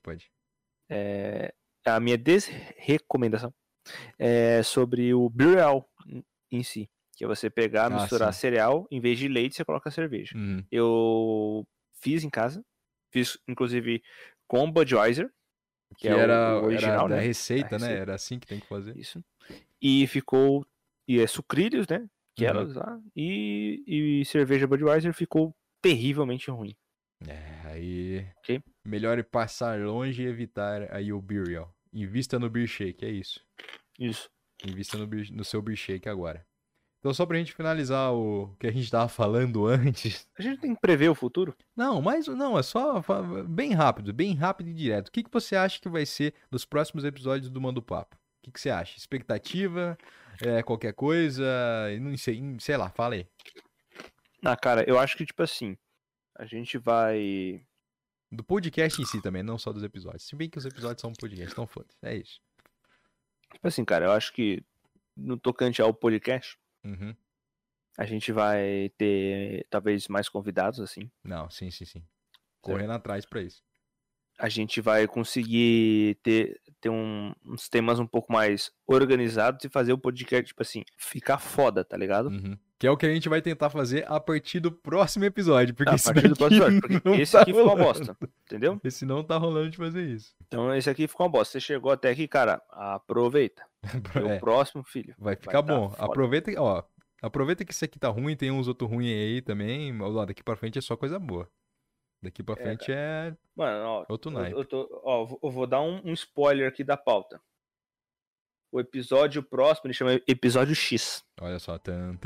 A minha desrecomendação é sobre o Burel em si. Que é você pegar, misturar cereal, em vez de leite, você coloca cerveja. Uhum. Eu fiz em casa, fiz inclusive com Budweiser, que é era, o original, era da né? receita, né? Era assim que tem que fazer. Isso. E ficou. E é sucrilhos, né? Que elas lá. E cerveja Budweiser ficou terrivelmente ruim. Aí. Ok? Melhor passar longe e evitar aí o Burial. Invista no Beer Shake, é isso. Isso. Invista no seu Beer Shake agora. Então, só pra gente finalizar o que a gente tava falando antes. A gente tem que prever o futuro? Não, é só bem rápido e direto. O que você acha que vai ser nos próximos episódios do Manda o Papo? O que você acha? Expectativa? Qualquer coisa? Não sei lá, fala aí. Ah, cara, eu acho que, tipo assim, a gente vai... Do podcast em si também, não só dos episódios. Se bem que os episódios são um podcast, então foda-se. É isso. Tipo assim, cara, eu acho que no tocante ao podcast, a gente vai ter talvez mais convidados, assim. Não, sim. Correndo atrás pra isso. A gente vai conseguir ter uns temas um pouco mais organizados e fazer o podcast, tipo assim, ficar foda, tá ligado? Que é o que a gente vai tentar fazer a partir do próximo episódio. Porque a partir do próximo episódio, porque esse aqui ficou uma bosta, entendeu? Esse não tá rolando de fazer isso. Então esse aqui ficou uma bosta. Você chegou até aqui, cara, aproveita. O próximo, filho. Vai ficar bom. Aproveita que esse aqui tá ruim, tem uns outros ruins aí também. Daqui pra frente é só coisa boa. Daqui pra frente é. Mano, ó, outro naipe. Eu vou dar um spoiler aqui da pauta. O episódio próximo ele chama Episódio X. Olha só.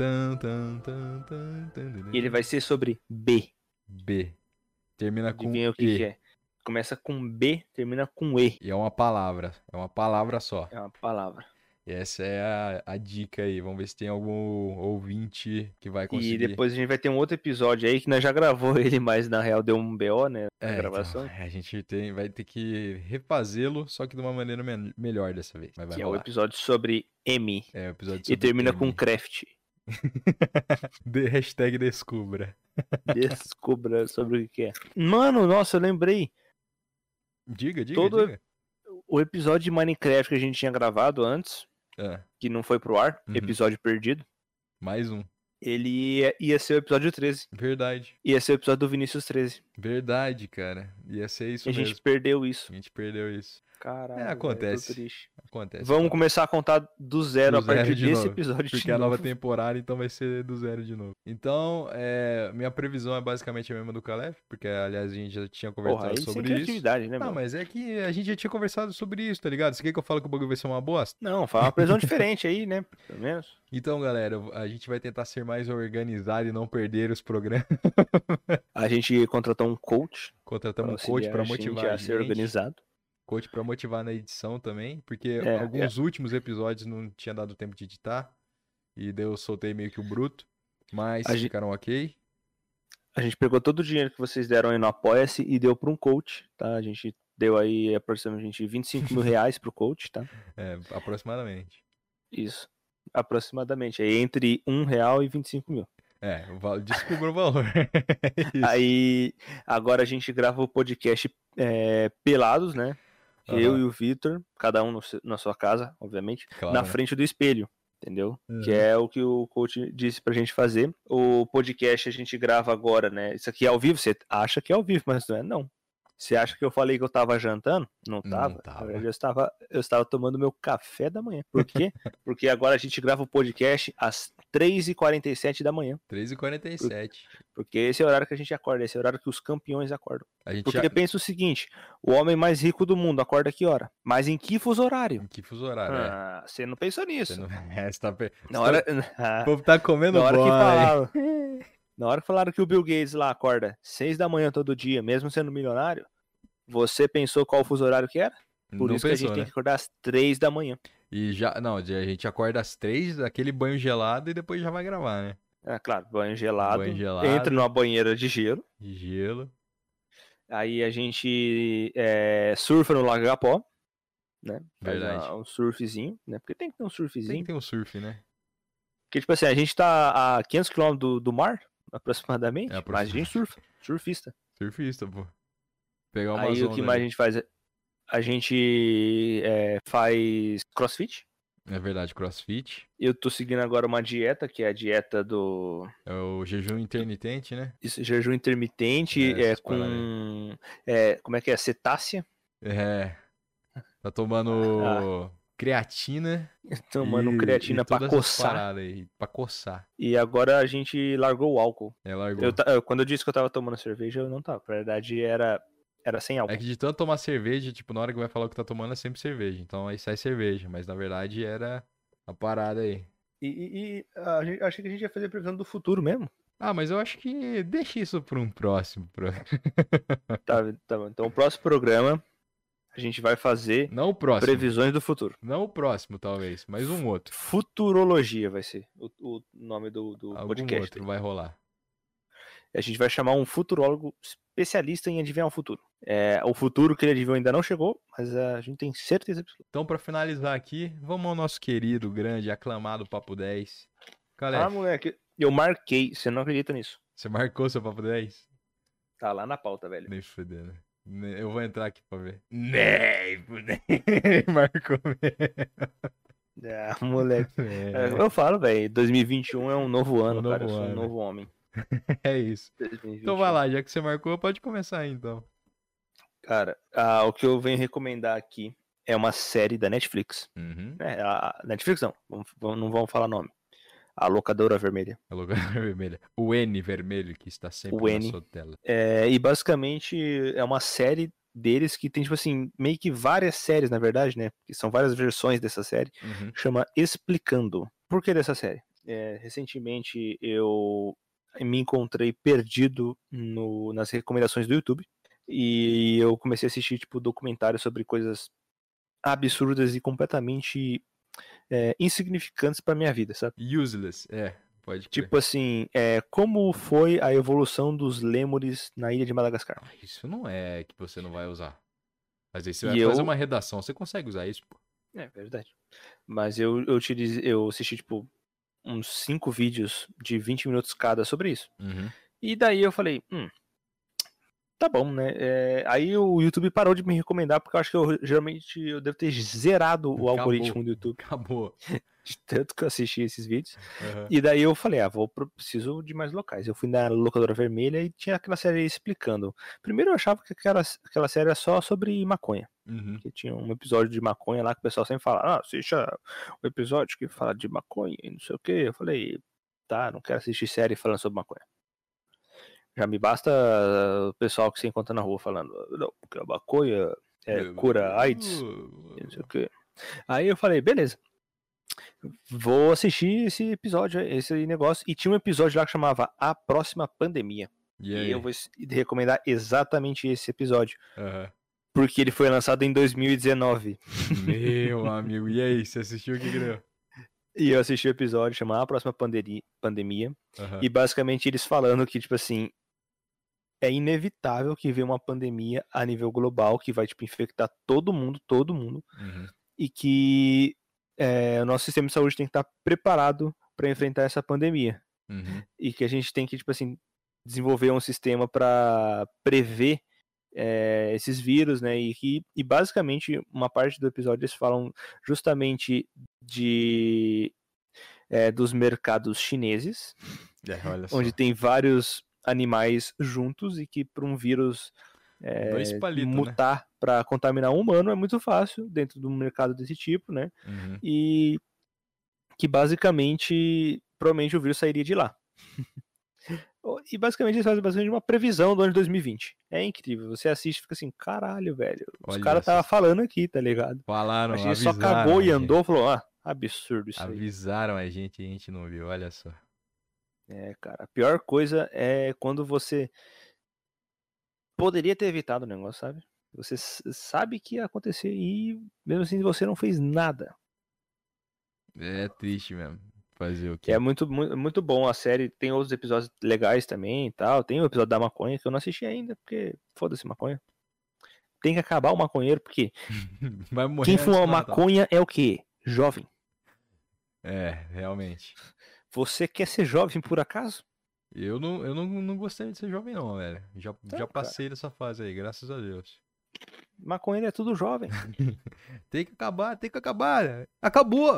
E ele vai ser sobre B. B. Termina com Adivinha o que é? Começa com B, termina com E. E é uma palavra. É uma palavra só. É uma palavra. E essa é a dica aí. Vamos ver se tem algum ouvinte que vai E conseguir. depois a gente vai ter um outro episódio aí que nós já gravou ele, mas na real deu um BO, né? Na Então, gravação. a gente vai ter que refazê-lo, só que de uma maneira melhor dessa vez. Mas vai Que é o rolar. episódio sobre M. É o episódio E sobre termina M. com Craft. Hashtag descubra. Descubra sobre o que é. Mano, nossa, eu lembrei. Diga, Todo diga. o episódio de Minecraft que a gente tinha gravado antes, Ah, que não foi pro ar, Uhum. episódio perdido, mais um. ele ia ser o episódio 13. Verdade. Ia ser o episódio do Vinícius 13. Verdade, cara. Ia ser isso E a mesmo. gente perdeu isso. A gente perdeu isso. Caralho, acontece. velho, tô triste. Acontece. Vamos começar a contar do zero Do a partir zero de desse novo, episódio Porque de a novo. nova temporada, então vai ser do zero de novo. Então, minha previsão é basicamente a mesma do Calef, porque, aliás, a gente já tinha conversado Porra, aí sem sobre isso. criatividade, né, Ah, meu? mas é que a gente já tinha conversado sobre isso, tá ligado? Você quer que eu fale que o bagulho vai ser uma bosta? Não, faz uma previsão diferente aí, né? Pelo menos. Então, galera, a gente vai tentar ser mais organizado e não perder os programas. A gente contratou um coach. Contratamos um coach pra motivar a a ser gente. organizado. Coach pra motivar na edição também, porque É, alguns últimos episódios não tinha dado tempo de editar. E daí eu soltei meio que o bruto, mas ficaram ok. A gente pegou todo o dinheiro que vocês deram aí no Apoia-se e deu para um coach, tá? A gente deu aí aproximadamente 25 mil reais pro coach, tá? Aproximadamente. Isso, aproximadamente. Aí entre R$1 e 25 mil. Descubra o valor. Aí, agora a gente grava o podcast pelados, né? Eu e o Vitor, cada um na sua casa, obviamente, Claro, na né? frente do espelho, entendeu? Uhum. Que é o que o coach disse pra gente fazer. O podcast a gente grava agora, né? Isso aqui é ao vivo, você acha que é ao vivo, mas não é não. Você acha que eu falei que eu tava jantando? Não tava. Na verdade, eu estava tomando meu café da manhã. Por quê? Porque agora a gente grava o podcast às 3h47 da manhã. 3h47. Porque esse é o horário que a gente acorda, esse é o horário que os campeões acordam. Porque já... pensa o seguinte, o homem mais rico do mundo acorda que hora? Mas em que fuso horário? Em que fuso horário, Você não pensou nisso. Você tá... Na hora... O povo tá comendo na hora bola, que falaram... Na hora que falaram que o Bill Gates lá acorda 6 da manhã todo dia, mesmo sendo milionário, você pensou qual fuso horário que era? Por Não isso pensou, que a gente tem que acordar às 3 da manhã. E já, não, a gente acorda às 3, aquele banho gelado e depois já vai gravar, né? Claro, banho gelado. Entra numa banheira de gelo. De gelo. Aí a gente surfa no Lago Agapó, né? Verdade. Um surfzinho, né? Porque tem que ter um surfzinho. Tem que ter um surf, né? Porque, tipo assim, a gente tá a 500 km do mar, aproximadamente, mas a gente surfa, surfista. Surfista, pô. Pegar uma Aí o que mais a gente faz? A gente faz crossfit. É verdade, crossfit. Eu tô seguindo agora uma dieta, que é a dieta do... É o jejum intermitente, né? Isso, jejum intermitente, com... como é que é? Cetácea. Tá tomando creatina. Tomando creatina pra coçar. Pra coçar. E agora a gente largou o álcool. Largou. Quando eu disse que eu tava tomando cerveja, eu não tava. Na verdade, era sem álcool. É que de tanto tomar cerveja, tipo, na hora que vai falar o que tá tomando é sempre cerveja. Então aí sai cerveja. Mas na verdade era a parada aí. E achei que a gente ia fazer previsão do futuro mesmo. Mas eu acho que deixa isso pra um próximo. Tá bom. Então o próximo programa a gente vai fazer não o próximo. Previsões do futuro. Não o próximo, talvez, mas um outro. Futurologia vai ser o nome do podcast. Algum outro vai rolar. A gente vai chamar um futurólogo especialista em adivinhar o futuro. O futuro que ele adivinhou ainda não chegou, mas a gente tem certeza absoluta. Então, pra finalizar aqui, vamos ao nosso querido, grande, aclamado Papo 10. Calef. Moleque, eu marquei, você não acredita nisso. Você marcou seu Papo 10? Tá lá na pauta, velho. Nem fudendo. Eu vou entrar aqui pra ver. Nem marcou mesmo. Moleque. Eu falo, velho, 2021 é um novo ano, cara. Eu sou um novo homem. É isso. 2021. Então vai lá, já que você marcou, pode começar aí, então. Cara, o que eu venho recomendar aqui é uma série da Netflix. Uhum. A Netflix não vamos falar nome. A Locadora Vermelha. A Locadora Vermelha. O N vermelho que está sempre na sua tela. E basicamente é uma série deles que tem, tipo assim, meio que várias séries, na verdade, né? Que são várias versões dessa série. Uhum. Chama Explicando. Por que dessa série? Recentemente eu me encontrei perdido nas recomendações do YouTube. E eu comecei a assistir, tipo, documentários sobre coisas absurdas e completamente insignificantes pra minha vida, sabe? Useless, pode crer. Tipo assim, como foi a evolução dos lêmures na ilha de Madagascar? Isso não é que você não vai usar. Às vezes você E vai eu- fazer uma redação, você consegue usar isso, pô. É verdade. Mas eu assisti, tipo, uns 5 vídeos de 20 minutos cada sobre isso. Uhum. E daí eu falei, tá bom, né? Aí o YouTube parou de me recomendar, porque eu acho que eu devo ter zerado o algoritmo do YouTube, Acabou. de tanto que eu assisti esses vídeos. Uhum. E daí eu falei, preciso de mais locais. Eu fui na locadora vermelha e tinha aquela série explicando. Primeiro eu achava que aquela série era só sobre maconha. Uhum. Que tinha um episódio de maconha lá que o pessoal sempre fala, assiste o episódio que fala de maconha e não sei o que. Eu falei, tá, não quero assistir série falando sobre maconha. Já me basta o pessoal que se encontra na rua falando, não, porque a maconha cura AIDS, e não sei o que. Aí eu falei, beleza. Vou assistir esse episódio, esse negócio. E tinha um episódio lá que chamava A Próxima Pandemia. E E aí? eu vou recomendar exatamente esse episódio. Uhum. Porque ele foi lançado em 2019. Meu amigo, e aí? Você assistiu o que deu? E eu assisti o episódio chamado A Próxima Pandemia. Uhum. E basicamente eles falando que, tipo assim, é inevitável que venha uma pandemia a nível global que vai, tipo, infectar todo mundo. Uhum. E que o nosso sistema de saúde tem que estar preparado para enfrentar essa pandemia. Uhum. E que a gente tem que, tipo assim, desenvolver um sistema para prever esses vírus, né? E basicamente uma parte do episódio eles falam justamente dos mercados chineses, Olha só. onde tem vários animais juntos e que para um vírus Dois palitos, mutar, né, para contaminar um humano é muito fácil dentro de um mercado desse tipo, né? Uhum. E que basicamente provavelmente o vírus sairia de lá. E basicamente eles fazem bastante uma previsão do ano de 2020. É incrível. Você assiste e fica assim, caralho, velho. Os caras estavam falando aqui, tá ligado? Falaram, a gente avisaram. Só cagou e andou e falou, absurdo isso avisaram aí. A gente não viu, olha só. Cara, a pior coisa é quando você poderia ter evitado o negócio, sabe? Você sabe que ia acontecer e mesmo assim você não fez nada. É triste mesmo. Fazer o quê? É muito, muito, muito bom a série. Tem outros episódios legais também e tal. Tem o episódio da maconha que eu não assisti ainda, porque foda-se maconha. Tem que acabar o maconheiro, porque Vai morrer quem fuma antes do maconha é o quê? Jovem. Realmente. Você quer ser jovem por acaso? Eu não gostei de ser jovem não, velho. Já passei dessa fase aí, graças a Deus. Maconheiro é tudo jovem. Tem que acabar. Acabou.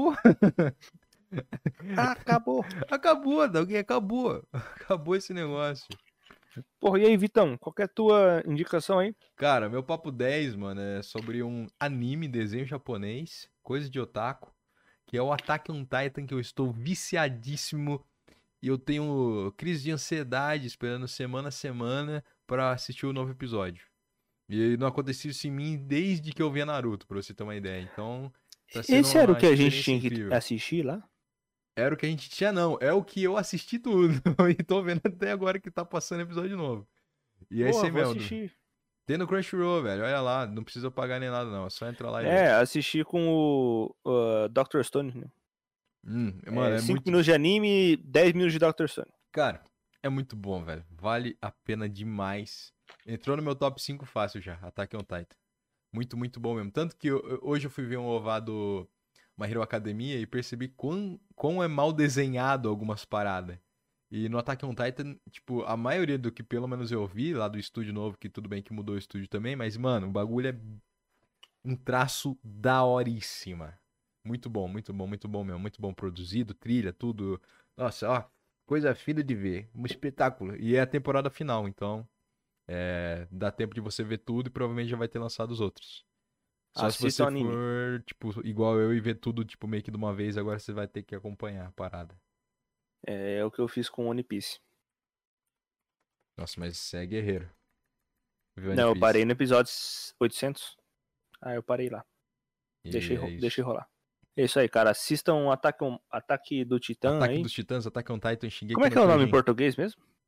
Acabou, Doug, acabou. Acabou esse negócio. Porra, e aí, Vitão? Qual que é a tua indicação aí? Cara, meu papo 10, mano, é sobre um anime, desenho japonês, coisa de otaku, que é o Attack on Titan, que eu estou viciadíssimo e eu tenho crise de ansiedade esperando semana a semana pra assistir o novo episódio. E não aconteceu isso em mim desde que eu via Naruto, pra você ter uma ideia. Então, tá sendo Esse era o uma que a gente experiência tinha que incrível. assistir lá? Era o que a gente tinha, não. É o que eu assisti tudo. E tô vendo até agora que tá passando episódio novo. E é isso aí Vou mesmo. assistir. Tem no Crunchyroll, velho. Olha lá. Não precisa pagar nem nada, não. É só entrar lá e ver. Assistir com o Dr. Stone, né? Mano, 5 muito... minutos de anime, 10 minutos de Dr. Stone. Cara, é muito bom, velho. Vale a pena demais. Entrou no meu top 5 fácil já. Attack on Titan. Muito, muito bom mesmo. Tanto que hoje eu fui ver um OVA do My Hero Academia e percebi quão é mal desenhado algumas paradas. E no Attack on Titan, tipo, a maioria do que pelo menos eu vi lá do estúdio novo, que tudo bem que mudou o estúdio também, mas, mano, o bagulho é um traço daoríssima. Muito bom mesmo. Muito bom produzido, trilha, tudo. Nossa, ó, coisa fina de ver. Um espetáculo. E é a temporada final, então dá tempo de você ver tudo e provavelmente já vai ter lançado os outros. Só se você for, tipo, igual eu e ver tudo, tipo, meio que de uma vez, agora você vai ter que acompanhar a parada. É o que eu fiz com One Piece. Nossa, mas você é guerreiro. Não, eu parei no episódio 800. Eu parei lá. Deixei rolar. É isso aí, cara. Assistam Ataque do Titã Ataque aí. dos Titãs, Attack on Titan, Shingeki Como é que é o nome em português mesmo?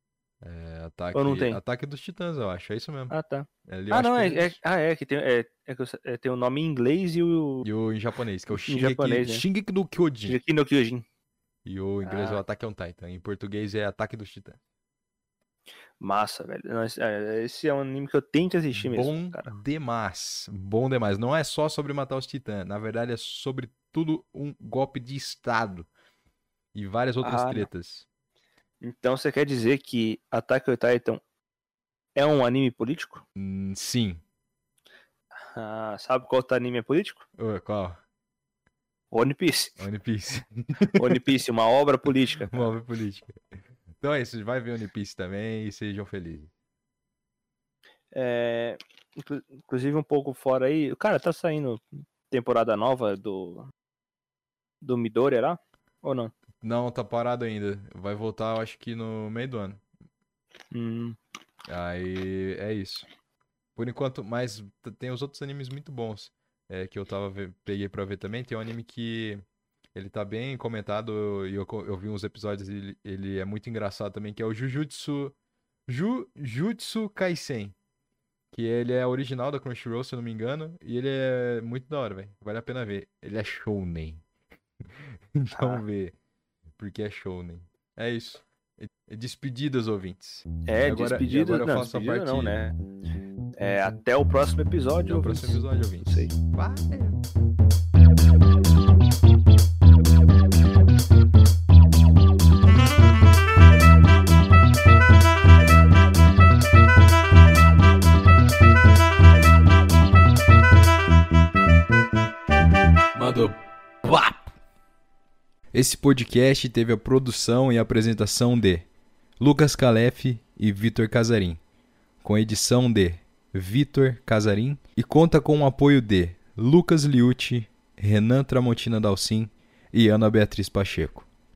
Ou não tem? Ataque dos Titãs, eu acho. É isso mesmo. Ah, tá. Ali eu Ah, acho não, que tem o nome em inglês e o E o em japonês, que é o em japonês, né? Shingeki no Kyojin. Shingeki no Kyojin. E o inglês é o Ah. Attack on Titan. Em português é Ataque dos Titãs. Massa, velho. Não, esse é um anime que eu tenho que assistir mesmo, Bom cara. demais. Bom demais. Não é só sobre matar os titãs. Na verdade, é sobre tudo um golpe de Estado. E várias outras Ah, não. tretas. Então você quer dizer que Attack on Titan é um anime político? Sim. Ah, sabe qual outro anime é político? Qual? One Piece. One Piece. One Piece, uma obra política. Uma obra política. Então é isso. Vai ver One Piece também e sejam felizes. Inclusive um pouco fora aí. Cara, tá saindo temporada nova do Midoriya lá? Ou não? Não, tá parado ainda. Vai voltar, eu acho que no meio do ano. Aí é isso. Por enquanto, mas tem os outros animes muito bons que eu peguei pra ver também. Tem um anime que ele tá bem comentado e eu vi uns episódios e ele é muito engraçado também, que é o Jujutsu Kaisen. Que ele é original da Crunchyroll, se eu não me engano, e ele é muito da hora, velho. Vale a pena ver. Ele é shounen. Então vê, porque é shounen. É isso. Despedidas, ouvintes. Despedidas. Agora eu faço despedida a parte... não, né? Até o próximo episódio. Até o próximo episódio, ouvintes. Isso aí. Vai! Mandou. Esse podcast teve a produção e apresentação de Lucas Calef e Vitor Casarim, com edição de Vitor Casarim e conta com o apoio de Lucas Liucci, Renan Tramontina Dalcin e Ana Beatriz Pacheco.